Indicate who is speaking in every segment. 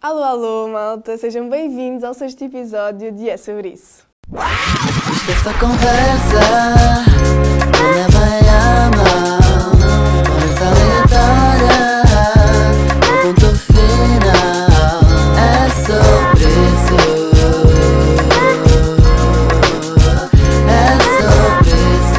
Speaker 1: Alô, alô, malta! Sejam bem-vindos ao sexto episódio de É Sobre Isso.
Speaker 2: Isto é só conversa, não vai amar. Conversa aleatória, o ponto final. É sobre isso. É sobre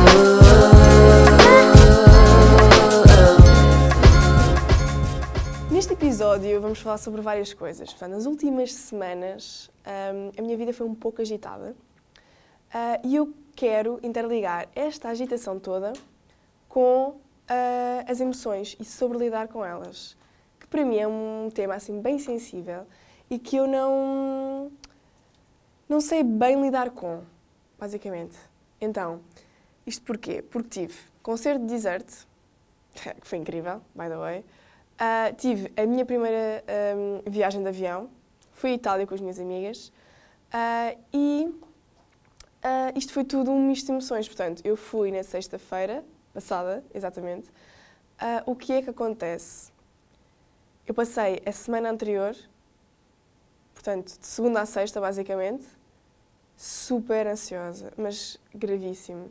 Speaker 2: isso.
Speaker 1: Neste episódio vamos falar sobre várias coisas. Portanto, nas últimas semanas a minha vida foi um pouco agitada e eu quero interligar esta agitação toda com as emoções e sobre lidar com elas, que para mim é um tema assim bem sensível e que eu não sei bem lidar com, basicamente. Então, isto porquê? Porque tive concerto de Desert, que foi incrível, by the way. Tive a minha primeira viagem de avião, fui à Itália com as minhas amigas e isto foi tudo um misto de emoções. Portanto, eu fui na sexta-feira passada, exatamente. O que é que acontece? Eu passei a semana anterior, portanto, de segunda a sexta, basicamente, super ansiosa, mas gravíssimo.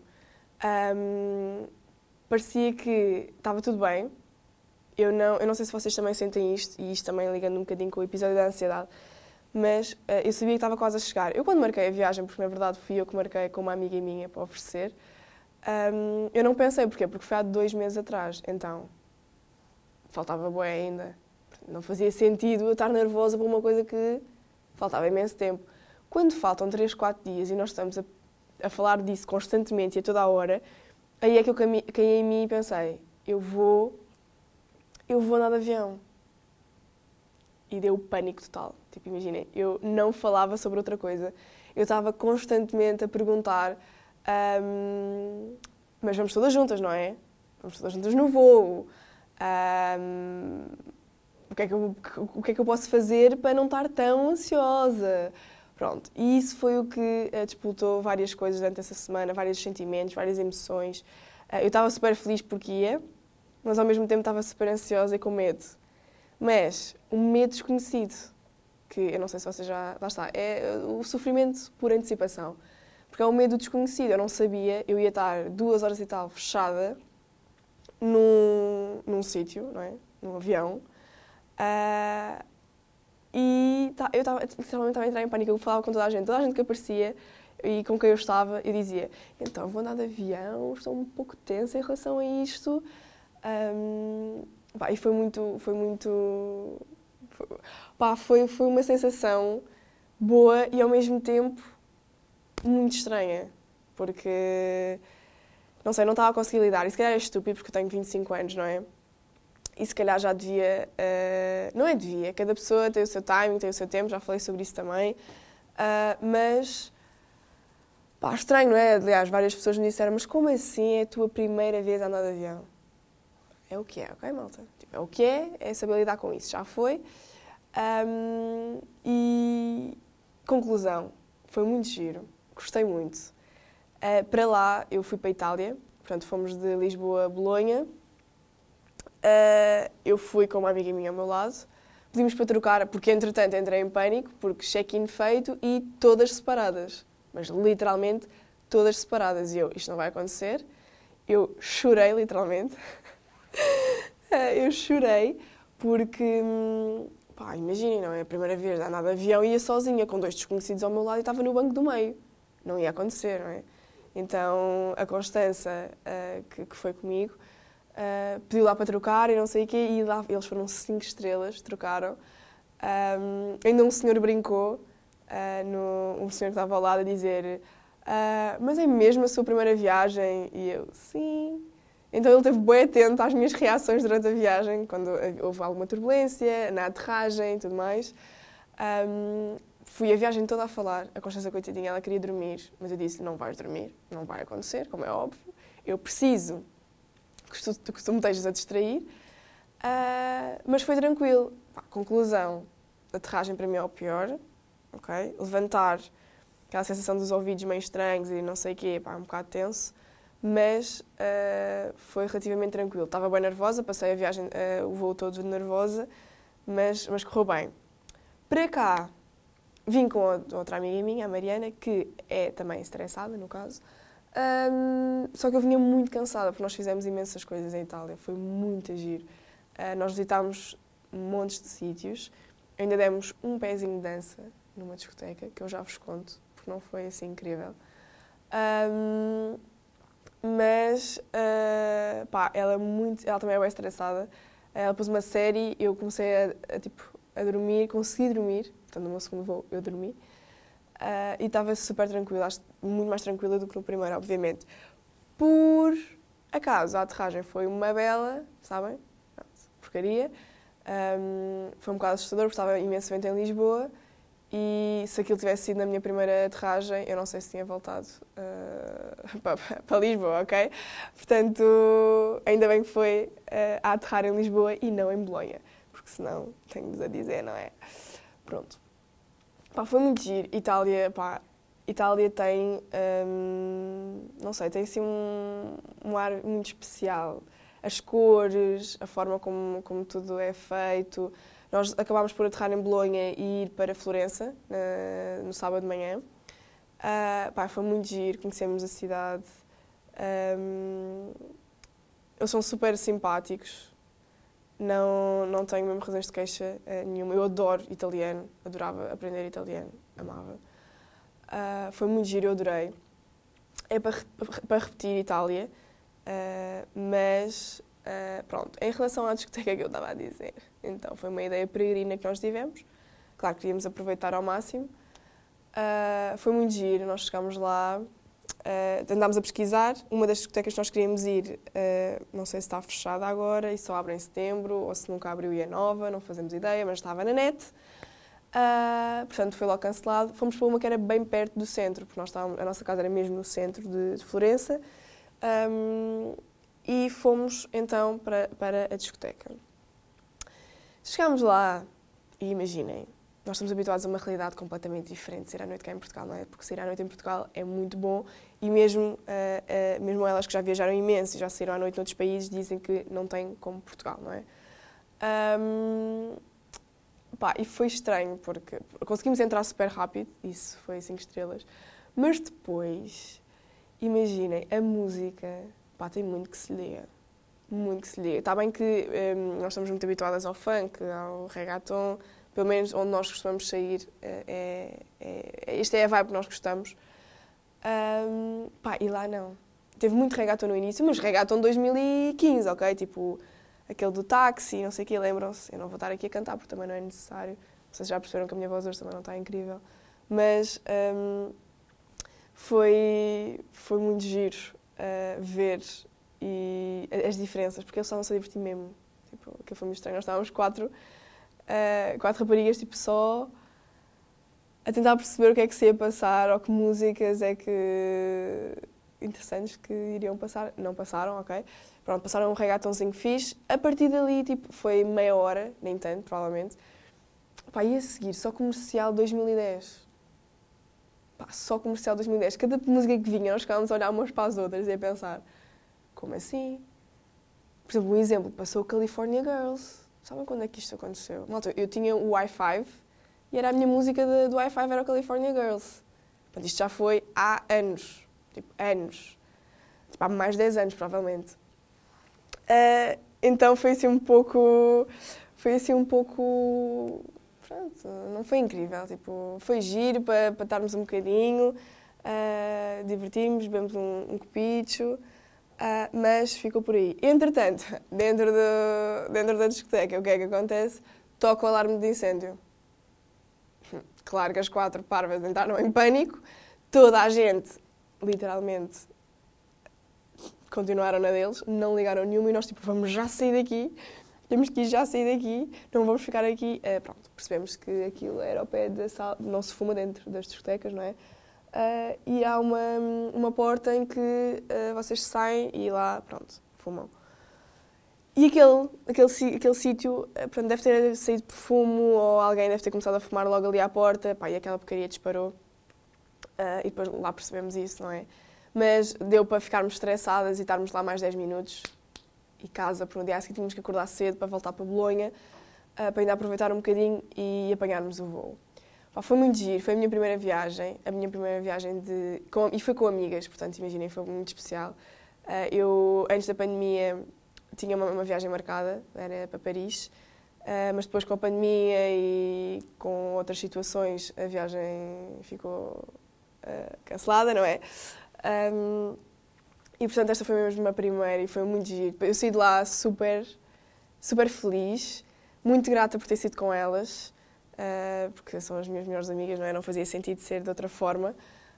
Speaker 1: Parecia que estava tudo bem. Eu não sei se vocês também sentem isto, e isto também ligando um bocadinho com o episódio da ansiedade, mas eu sabia que estava quase a chegar. Eu, quando marquei a viagem, porque na verdade fui eu que marquei com uma amiga minha para oferecer, eu não pensei, porquê? Porque foi há 2 meses atrás, então faltava bué ainda. Não fazia sentido eu estar nervosa por uma coisa que faltava imenso tempo. Quando faltam 3, 4 dias e nós estamos a falar disso constantemente e a toda a hora, aí é que eu caí em mim e pensei, eu vou andar de avião. E deu pânico total. Tipo, imaginem, eu não falava sobre outra coisa. Eu estava constantemente a perguntar, mas vamos todas juntas, não é? Vamos todas juntas no voo. O que é que eu posso fazer para não estar tão ansiosa? Pronto, e isso foi o que disputou várias coisas durante essa semana, vários sentimentos, várias emoções. Eu estava super feliz porque ia, mas ao mesmo tempo estava super ansiosa e com medo. Mas o medo desconhecido, que eu não sei se vocês já... Lá está, é o sofrimento por antecipação. Porque é o medo desconhecido, eu não sabia, eu ia estar 2 horas e tal fechada num sítio, não é? Num avião. E eu literalmente estava a entrar em pânico, eu falava com toda a gente que aparecia e com quem eu estava, eu dizia, então vou andar de avião, estou um pouco tensa em relação a isto. E foi uma sensação boa e ao mesmo tempo muito estranha, porque, não sei, não estava a conseguir lidar. E se calhar é estúpido porque eu tenho 25 anos, não é? E se calhar já devia... não é devia, cada pessoa tem o seu timing, tem o seu tempo, já falei sobre isso também. Mas... estranho, não é? Aliás, várias pessoas me disseram, mas como assim é a tua primeira vez a andar de avião? É o que é, ok, malta? Tipo, é o que é saber lidar com isso. Já foi. E... Conclusão. Foi muito giro. Gostei muito. Para lá, eu fui para a Itália. Portanto, fomos de Lisboa a Bolonha. Eu fui com uma amiga minha ao meu lado. Pedimos para trocar, porque entretanto entrei em pânico, porque check-in feito e todas separadas. Mas literalmente todas separadas. E isto não vai acontecer. Eu chorei, literalmente. Eu chorei porque, imaginem, não é? A primeira vez a andar de avião ia sozinha, com 2 desconhecidos ao meu lado e estava no banco do meio. Não ia acontecer, não é? Então, a Constança, que foi comigo, pediu lá para trocar e não sei o quê, e lá eles foram 5 estrelas, trocaram. Ainda um senhor brincou, um senhor que estava ao lado a dizer mas é mesmo a sua primeira viagem? E eu, sim. Então ele esteve bem atento às minhas reações durante a viagem, quando houve alguma turbulência, na aterragem e tudo mais. Fui a viagem toda a falar, a Constança, coitadinha, ela queria dormir, mas eu disse, não vais dormir, não vai acontecer, como é óbvio. Eu preciso que tu me estejas a distrair, mas foi tranquilo. Conclusão, a aterragem para mim é o pior, ok? Levantar, aquela sensação dos ouvidos meio estranhos e não sei o quê, um bocado tenso. Mas foi relativamente tranquilo. Estava bem nervosa, passei a viagem, o voo todo nervosa, mas correu bem. Para cá, vim com outra amiga minha, a Mariana, que é também estressada, no caso. Só que eu vinha muito cansada, porque nós fizemos imensas coisas em Itália. Foi muito giro. Nós visitámos montes de sítios. Ainda demos um pezinho de dança numa discoteca, que eu já vos conto, porque não foi assim incrível. Mas, pá, ela também é bem estressada. Ela pôs uma série, eu comecei a dormir, consegui dormir, portanto no meu segundo voo eu dormi, e estava super tranquila, muito mais tranquila do que no primeiro, obviamente. Por acaso, a aterragem foi uma bela, sabem? Porcaria. Foi um bocado assustador, porque estava imenso vento em Lisboa, e se aquilo tivesse sido na minha primeira aterragem, eu não sei se tinha voltado para Lisboa, ok? Portanto, ainda bem que foi a aterrar em Lisboa e não em Bolonha, porque senão tenho-vos a dizer, não é? Pronto. Pá, foi muito giro. Itália tem, não sei, tem assim um ar muito especial. As cores, a forma como tudo é feito. Nós acabámos por aterrar em Bolonha e ir para Florença, no sábado de manhã. Foi muito giro, conhecemos a cidade. Eles são super simpáticos, não tenho mesmo razões de queixa nenhuma. Eu adoro italiano, adorava aprender italiano, amava. Foi muito giro, eu adorei. É para repetir Itália, mas pronto, em relação à discoteca que eu estava a dizer, então foi uma ideia peregrina que nós tivemos. Claro que queríamos aproveitar ao máximo. Foi muito giro, nós chegámos lá, andámos a pesquisar. Uma das discotecas que nós queríamos ir, não sei se está fechada agora e só abre em setembro, ou se nunca abriu e é nova, não fazemos ideia, mas estava na net. Portanto, foi logo cancelado. Fomos para uma que era bem perto do centro, porque a nossa casa era mesmo no centro de Florença. E fomos então para a discoteca. Chegámos lá e imaginem, nós estamos habituados a uma realidade completamente diferente de sair à noite cá em Portugal, não é? Porque sair à noite em Portugal é muito bom e mesmo elas que já viajaram imenso e já saíram à noite noutros países dizem que não tem como Portugal, não é? E foi estranho porque conseguimos entrar super rápido, isso foi 5 estrelas, mas depois, imaginem, a música, tem muito que se liga. Muito que se liga. Está bem que nós estamos muito habituadas ao funk, ao reggaeton, pelo menos onde nós costumamos sair, esta é a vibe que nós gostamos. E lá não. Teve muito reggaeton no início, mas reggaeton 2015, ok? Tipo, aquele do táxi, não sei o quê, lembram-se? Eu não vou estar aqui a cantar porque também não é necessário. Vocês já perceberam que a minha voz hoje também não está incrível. Mas foi muito giro ver e as diferenças, porque eles estavam-se a divertir mesmo. Tipo, aquilo foi muito estranho. Nós estávamos quatro raparigas, tipo, só a tentar perceber o que é que se ia passar ou que músicas é que interessantes que iriam passar. Não passaram, ok? Pronto, passaram um reggaetonzinho fixe. A partir dali, tipo, foi meia hora, nem tanto, provavelmente. E a seguir, só comercial 2010. Só comercial 2010. Cada música que vinha, nós ficávamos a olhar umas para as outras e a pensar, como assim? Por exemplo, um exemplo, passou o California Girls. Sabem quando é que isto aconteceu? Malta, eu tinha o i5 e era a minha música do i5 era o California Girls. Portanto, isto já foi há anos. Tipo, anos. Tipo, há mais de 10 anos, provavelmente. Então foi assim um pouco... Pronto, não foi incrível. Tipo, foi giro para estarmos um bocadinho, divertimos, bebemos um copicho, mas ficou por aí. Entretanto, dentro da discoteca, o que é que acontece? Toca o alarme de incêndio. Claro que as 4 parvas entraram em pânico, toda a gente, literalmente, continuaram na deles, não ligaram nenhuma e nós tipo, vamos já sair daqui, temos que já sair daqui, não vamos ficar aqui. Pronto, percebemos que aquilo era ao pé da sala, não se fuma dentro das discotecas, não é? E há uma porta em que vocês saem e lá, pronto, fumam. E aquele sítio, pronto, deve ter saído perfume ou alguém deve ter começado a fumar logo ali à porta, e aquela porcaria disparou. E depois lá percebemos isso, não é? Mas deu para ficarmos estressadas e estarmos lá mais 10 minutos e casa, porque no dia a seguir tínhamos que acordar cedo para voltar para Bolonha. para ainda aproveitar um bocadinho e apanharmos o voo. Foi muito giro, foi a minha primeira viagem e foi com amigas, portanto, imaginem, foi muito especial. Eu, antes da pandemia, tinha uma viagem marcada, era para Paris, mas depois com a pandemia e com outras situações, a viagem ficou cancelada, não é? E, portanto, esta foi mesmo a primeira e foi muito giro. Eu saí de lá super, super feliz, muito grata por ter sido com elas, porque são as minhas melhores amigas, não é? Não fazia sentido ser de outra forma.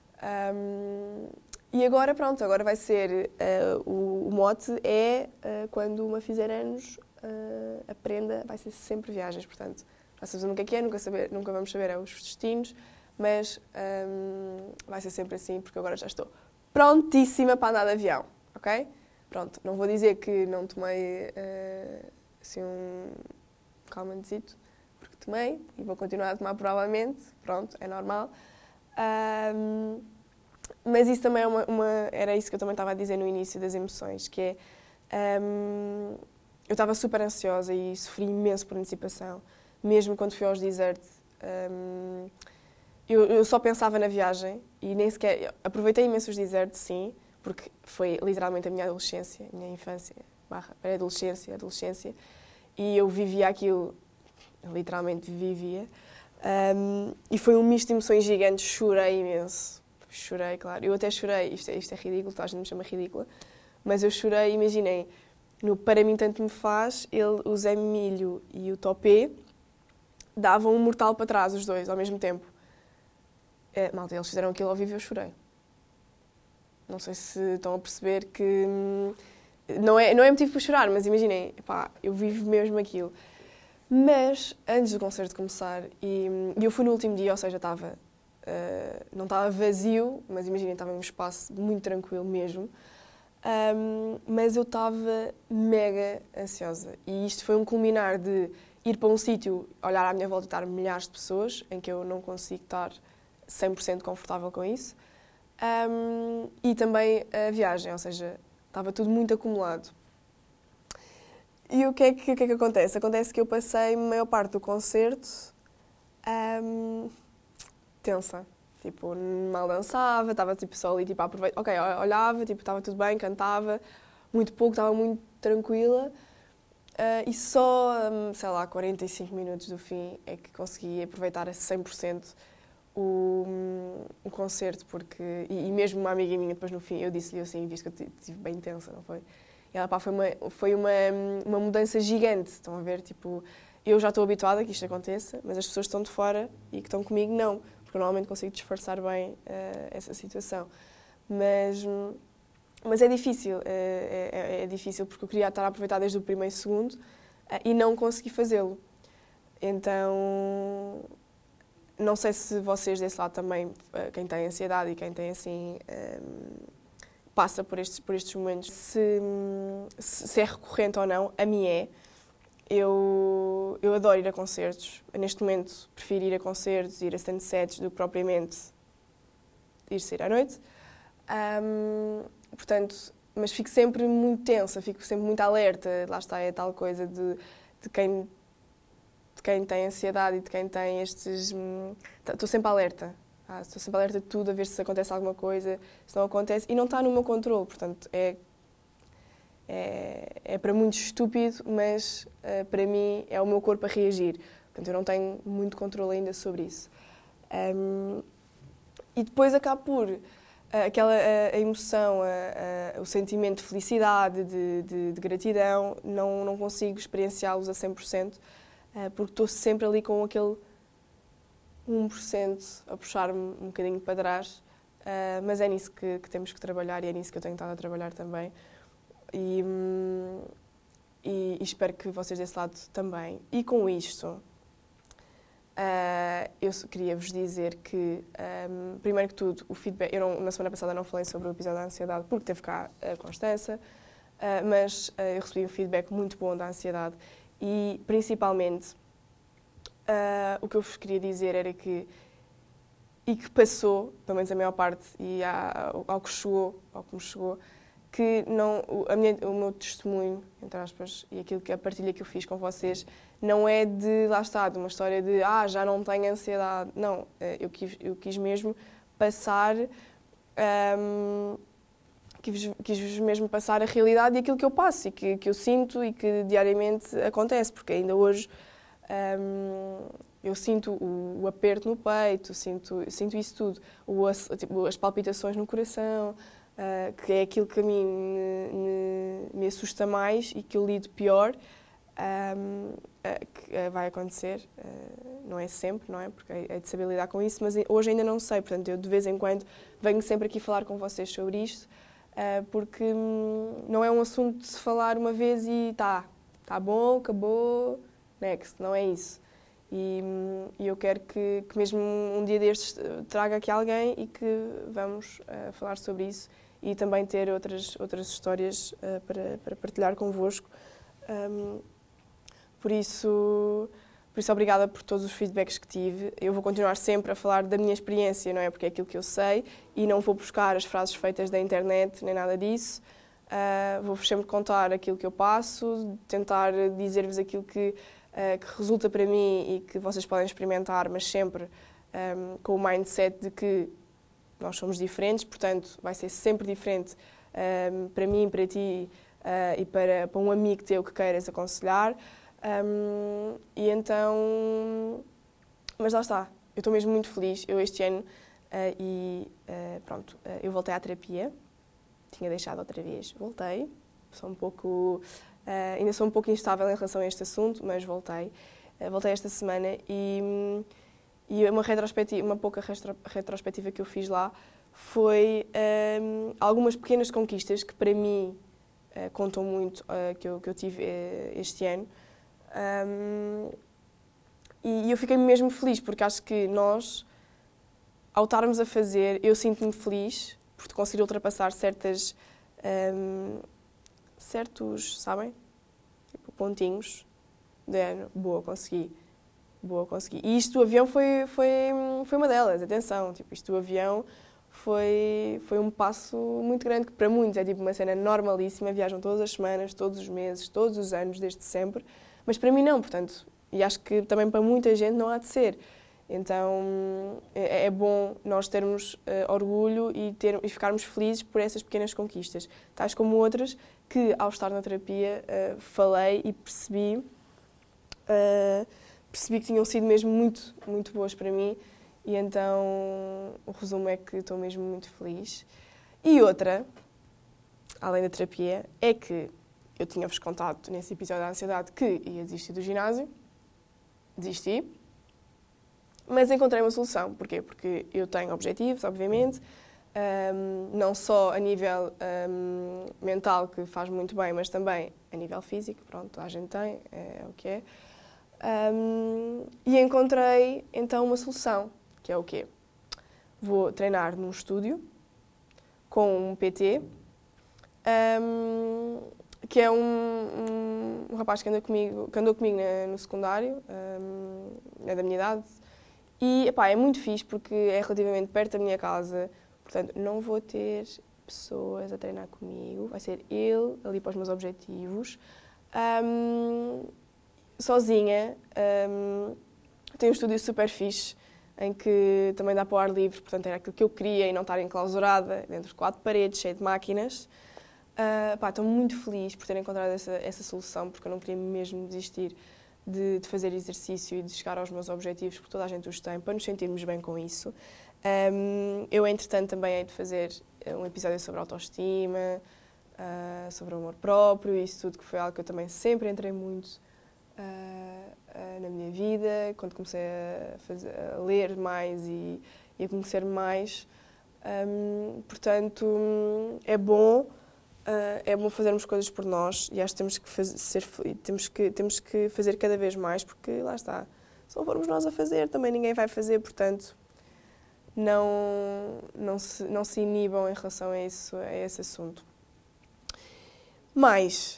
Speaker 1: E agora, pronto, agora vai ser, o mote é, quando uma fizer anos, aprenda, vai ser sempre viagens, portanto, já sabemos o que é, nunca vamos saber os destinos, mas vai ser sempre assim, porque agora já estou prontíssima para andar de avião, ok? Pronto, não vou dizer que não tomei assim calmantezito, porque tomei e vou continuar a tomar provavelmente, pronto, é normal. Mas isso também era isso que eu também estava a dizer no início das emoções, que é, eu estava super ansiosa e sofri imenso por antecipação, mesmo quando fui aos desertos. Eu só pensava na viagem e nem sequer... Aproveitei imenso os desertos, sim, porque foi literalmente a minha adolescência, a minha infância, pré-adolescência, adolescência, e eu vivia aquilo, literalmente vivia, e foi um misto de emoções gigantes, chorei imenso, chorei, claro, eu até chorei, isto é ridículo, toda a gente me chama ridícula, mas eu chorei, imaginei, no Para Mim Tanto Me Faz, o Zé Milho e o Topé davam um mortal para trás, os dois, ao mesmo tempo. Malta, eles fizeram aquilo ao vivo e eu chorei. Não sei se estão a perceber que... Não é motivo para chorar, mas imaginem, eu vivo mesmo aquilo. Mas, antes do concerto começar, e eu fui no último dia, ou seja, não estava vazio, mas imaginem, estava em um espaço muito tranquilo mesmo, mas eu estava mega ansiosa. E isto foi um culminar de ir para um sítio, olhar à minha volta e estar milhares de pessoas, em que eu não consigo estar 100% confortável com isso. E também a viagem, ou seja, estava tudo muito acumulado. E o que é que acontece? Acontece que eu passei a maior parte do concerto tensa. Tipo, mal dançava, estava tipo, só ali a aproveitar. Ok, olhava, tipo, estava tudo bem, cantava, muito pouco, estava muito tranquila. E só, sei lá, 45 minutos do fim é que consegui aproveitar a 100% o concerto, porque... E mesmo uma amiga minha, depois no fim, eu disse-lhe assim, visto que eu estive bem tensa, não foi? E ela, foi uma mudança gigante, estão a ver? Tipo, eu já estou habituada que isto aconteça, mas as pessoas que estão de fora e que estão comigo, não. Porque eu normalmente consigo disfarçar bem essa situação. Mas é difícil, é difícil porque eu queria estar a aproveitar desde o primeiro segundo e não consegui fazê-lo. Então... Não sei se vocês desse lado também, quem tem ansiedade e quem tem assim, passa por estes momentos, se é recorrente ou não. A mim é. Eu adoro ir a concertos. Neste momento prefiro ir a concertos, ir a sunsets do que propriamente ir sair à noite. Portanto, mas fico sempre muito tensa, fico sempre muito alerta. Lá está, é tal coisa de quem tem ansiedade e de quem tem estes... Estou sempre alerta. Estou sempre alerta de tudo, a ver se acontece alguma coisa, se não acontece. E não está no meu controle, portanto, é para muitos estúpido, mas para mim é o meu corpo a reagir. Portanto, eu não tenho muito controle ainda sobre isso. E depois acabo por... a emoção, o sentimento de felicidade, de gratidão, não consigo experienciá-los a 100%. Porque estou sempre ali com aquele 1% a puxar-me um bocadinho para trás, mas é nisso que temos que trabalhar e é nisso que eu tenho estado a trabalhar também. E espero que vocês desse lado também. E com isto, eu queria vos dizer que, primeiro que tudo, o feedback... Eu na semana passada não falei sobre o episódio da ansiedade porque teve cá a Constança, mas eu recebi um feedback muito bom da ansiedade. E, principalmente, o que eu vos queria dizer era que passou, pelo menos a maior parte, e ao que me chegou, que o meu testemunho, entre aspas, e a partilha que eu fiz com vocês, não é de, lá está, de uma história de, já não tenho ansiedade. Não, eu quis mesmo passar, quis mesmo passar a realidade e aquilo que eu passo e que eu sinto e que diariamente acontece, porque ainda hoje eu sinto o aperto no peito, sinto isso tudo, as palpitações no coração, que é aquilo que a mim me assusta mais e que eu lido pior, que vai acontecer, não é sempre, não é? Porque é de saber lidar com isso, mas hoje ainda não sei, portanto eu de vez em quando venho sempre aqui falar com vocês sobre isto, porque não é um assunto de se falar uma vez e tá bom, acabou, next, não é isso. E eu quero que mesmo um dia destes traga aqui alguém e que vamos falar sobre isso e também ter outras histórias para partilhar convosco. Por isso, obrigada por todos os feedbacks que tive. Eu vou continuar sempre a falar da minha experiência, não é? Porque é aquilo que eu sei e não vou buscar as frases feitas da internet nem nada disso. Vou-vos sempre contar aquilo que eu passo, tentar dizer-vos aquilo que resulta para mim e que vocês podem experimentar, mas sempre com o mindset de que nós somos diferentes, portanto vai ser sempre diferente para mim, para ti e para um amigo teu que queiras aconselhar. E então, mas lá está, eu estou mesmo muito feliz. Eu este ano eu voltei à terapia, tinha deixado outra vez, voltei, ainda sou um pouco instável em relação a este assunto, mas voltei esta semana e uma pouca retrospectiva que eu fiz lá foi algumas pequenas conquistas que para mim contam muito, que eu tive este ano. E eu fiquei mesmo feliz, porque acho que nós, ao estarmos a fazer, eu sinto-me feliz por conseguir ultrapassar certos, sabem? Tipo, pontinhos de ano. Boa, consegui. E isto do avião foi uma delas, atenção. Tipo, isto do avião foi um passo muito grande, que para muitos é tipo uma cena normalíssima, viajam todas as semanas, todos os meses, todos os anos, desde sempre. Mas para mim não, portanto, e acho que também para muita gente não há de ser. Então é bom nós termos orgulho e ficarmos felizes por essas pequenas conquistas, tais como outras que, ao estar na terapia, falei e percebi que tinham sido mesmo muito, muito boas para mim, e então o resumo é que estou mesmo muito feliz. E outra, além da terapia, é que eu tinha-vos contado nesse episódio da ansiedade que ia desistir do ginásio. Desisti. Mas encontrei uma solução. Porquê? Porque eu tenho objetivos, obviamente, não só a nível mental, que faz muito bem, mas também a nível físico. Pronto, a gente tem, é o que é. E encontrei, então, uma solução, que é o quê? Vou treinar num estúdio com um PT, que é um rapaz que andou comigo no secundário, é da minha idade, e é muito fixe porque é relativamente perto da minha casa, portanto não vou ter pessoas a treinar comigo, vai ser ele ali para os meus objetivos, sozinha. Tenho um estúdio super fixe, em que também dá para o ar livre, portanto era aquilo que eu queria e não estar enclausurada dentro de 4 paredes, cheio de máquinas. Estou muito feliz por ter encontrado essa solução, porque eu não queria mesmo desistir de fazer exercício e de chegar aos meus objetivos, porque toda a gente os tem, para nos sentirmos bem com isso. Eu, entretanto, também hei de fazer um episódio sobre autoestima, sobre o amor próprio, isso tudo, que foi algo que eu também sempre entrei muito na minha vida, quando comecei a ler mais e a conhecer mais. Portanto, é bom fazermos coisas por nós, e acho que temos que fazer cada vez mais, porque lá está, se não formos nós a fazer, também ninguém vai fazer, portanto não se inibam em relação a esse assunto. Mas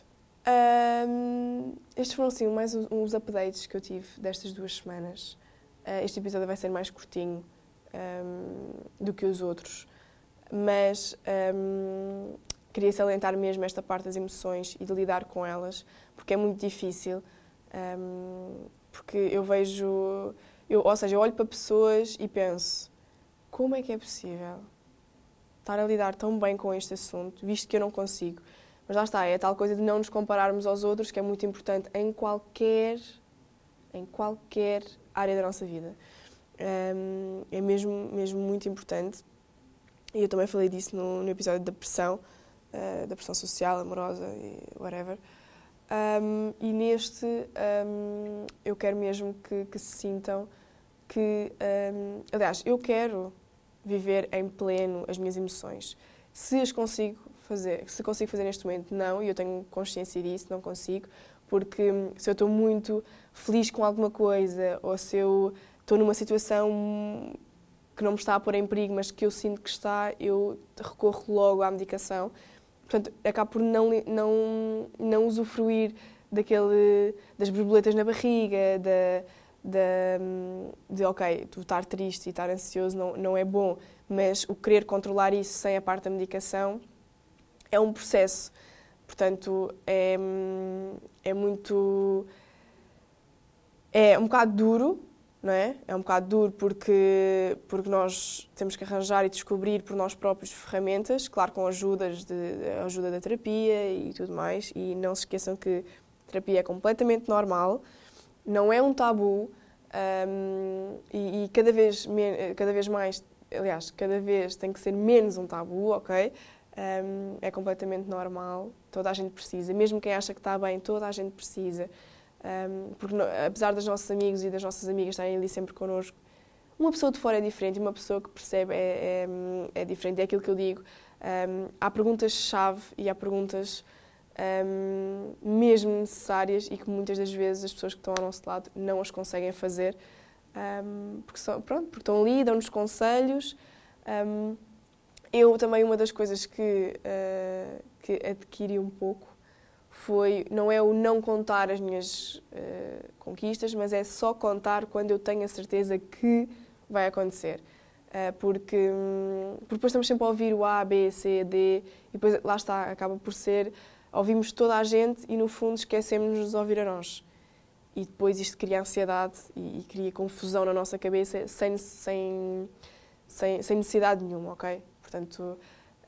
Speaker 1: estes foram assim mais uns updates que eu tive destas 2 semanas. Este episódio vai ser mais curtinho do que os outros, mas queria salientar mesmo esta parte das emoções e de lidar com elas, porque é muito difícil, porque eu vejo, eu olho para pessoas e penso, como é que é possível estar a lidar tão bem com este assunto, visto que eu não consigo? Mas lá está, é a tal coisa de não nos compararmos aos outros, que é muito importante em qualquer área da nossa vida. É mesmo muito importante. E eu também falei disso no episódio da pressão social, amorosa e whatever. E neste, eu quero mesmo que se sintam que... aliás, eu quero viver em pleno as minhas emoções. Se consigo fazer neste momento, não, e eu tenho consciência disso, não consigo, porque se eu estou muito feliz com alguma coisa, ou se eu estou numa situação que não me está a pôr em perigo, mas que eu sinto que está, eu recorro logo à medicação. Portanto, acabo por não usufruir das borboletas na barriga, de ok, tu estar triste e estar ansioso não é bom, mas o querer controlar isso sem a parte da medicação é um processo. Portanto, é um bocado duro, não é? É um bocado duro porque nós temos que arranjar e descobrir por nós próprios ferramentas, claro, com a ajuda da terapia e tudo mais. E não se esqueçam que a terapia é completamente normal, não é um tabu, e cada vez mais, aliás, cada vez tem que ser menos um tabu, ok? É completamente normal, toda a gente precisa, mesmo quem acha que está bem, toda a gente precisa, porque apesar dos nossos amigos e das nossas amigas estarem ali sempre connosco, uma pessoa de fora é diferente e uma pessoa que percebe é diferente, é aquilo que eu digo. Há perguntas-chave e há perguntas mesmo necessárias e que muitas das vezes as pessoas que estão ao nosso lado não as conseguem fazer, porque estão ali, dão-nos conselhos. Eu também, uma das coisas que adquiri um pouco não é o não contar as minhas conquistas, mas é só contar quando eu tenho a certeza que vai acontecer. Porque depois estamos sempre a ouvir o A, B, C, D, e depois lá está, acaba por ser, ouvimos toda a gente e no fundo esquecemos-nos de ouvir a nós. E depois isto cria ansiedade e cria confusão na nossa cabeça sem necessidade nenhuma, ok? Portanto,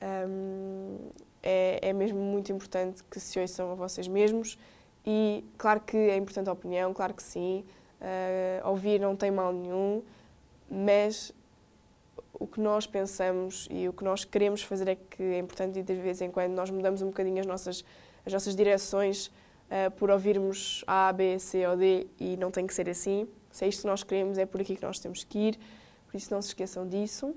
Speaker 1: é mesmo muito importante que se ouçam a vocês mesmos e claro que é importante a opinião, claro que sim, ouvir não tem mal nenhum, mas o que nós pensamos e o que nós queremos fazer é que é importante e de vez em quando nós mudamos um bocadinho as nossas direções por ouvirmos A, B, C ou D e não tem que ser assim. Se é isto que nós queremos, é por aqui que nós temos que ir, por isso não se esqueçam disso.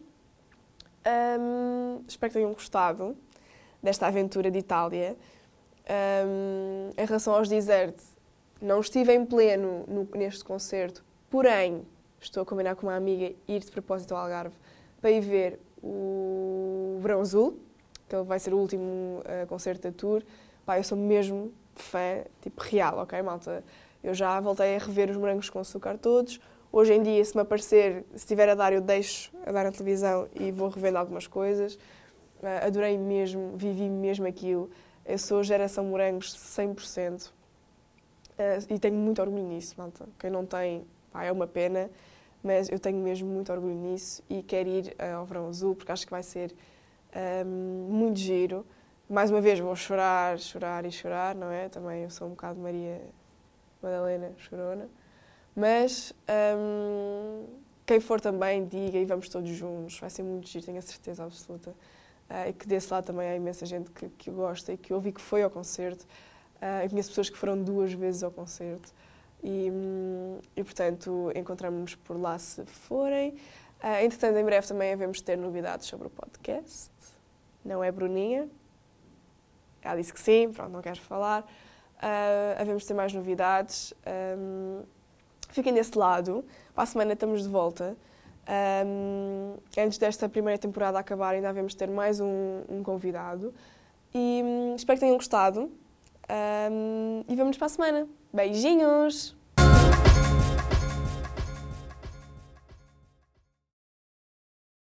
Speaker 1: Espero que tenham gostado desta aventura de Itália. Em relação aos Desert, não estive em pleno neste concerto, porém estou a combinar com uma amiga ir de propósito ao Algarve para ir ver o Verão Azul, que vai ser o último concerto da tour. Pá, eu sou mesmo fã, tipo real, ok, malta? Eu já voltei a rever os Morangos com Açúcar todos. Hoje em dia, se me aparecer, se estiver a dar, eu deixo a dar na televisão e vou revendo algumas coisas. Adorei mesmo, vivi mesmo aquilo. Eu sou geração Morangos 100%. E tenho muito orgulho nisso, malta. Quem não tem, pá, é uma pena, mas eu tenho mesmo muito orgulho nisso e quero ir ao Verão Azul porque acho que vai ser muito giro. Mais uma vez vou chorar, não é? Também eu sou um bocado Maria Madalena chorona. Mas quem for também, diga e vamos todos juntos. Vai ser muito giro, tenho a certeza absoluta. E que desse lado também há imensa gente que gosta e que ouvi que foi ao concerto. Eu conheço pessoas que foram 2 vezes ao concerto. E portanto, encontramos-nos por lá se forem. Entretanto, em breve também havemos ter novidades sobre o podcast. Não é Bruninha? Ela disse que sim, pronto, não quero falar. Havemos ter mais novidades. Fiquem desse lado. Para a semana estamos de volta. Antes desta primeira temporada acabar, ainda havemos ter mais um convidado. E espero que tenham gostado. E vemo-nos para a semana. Beijinhos!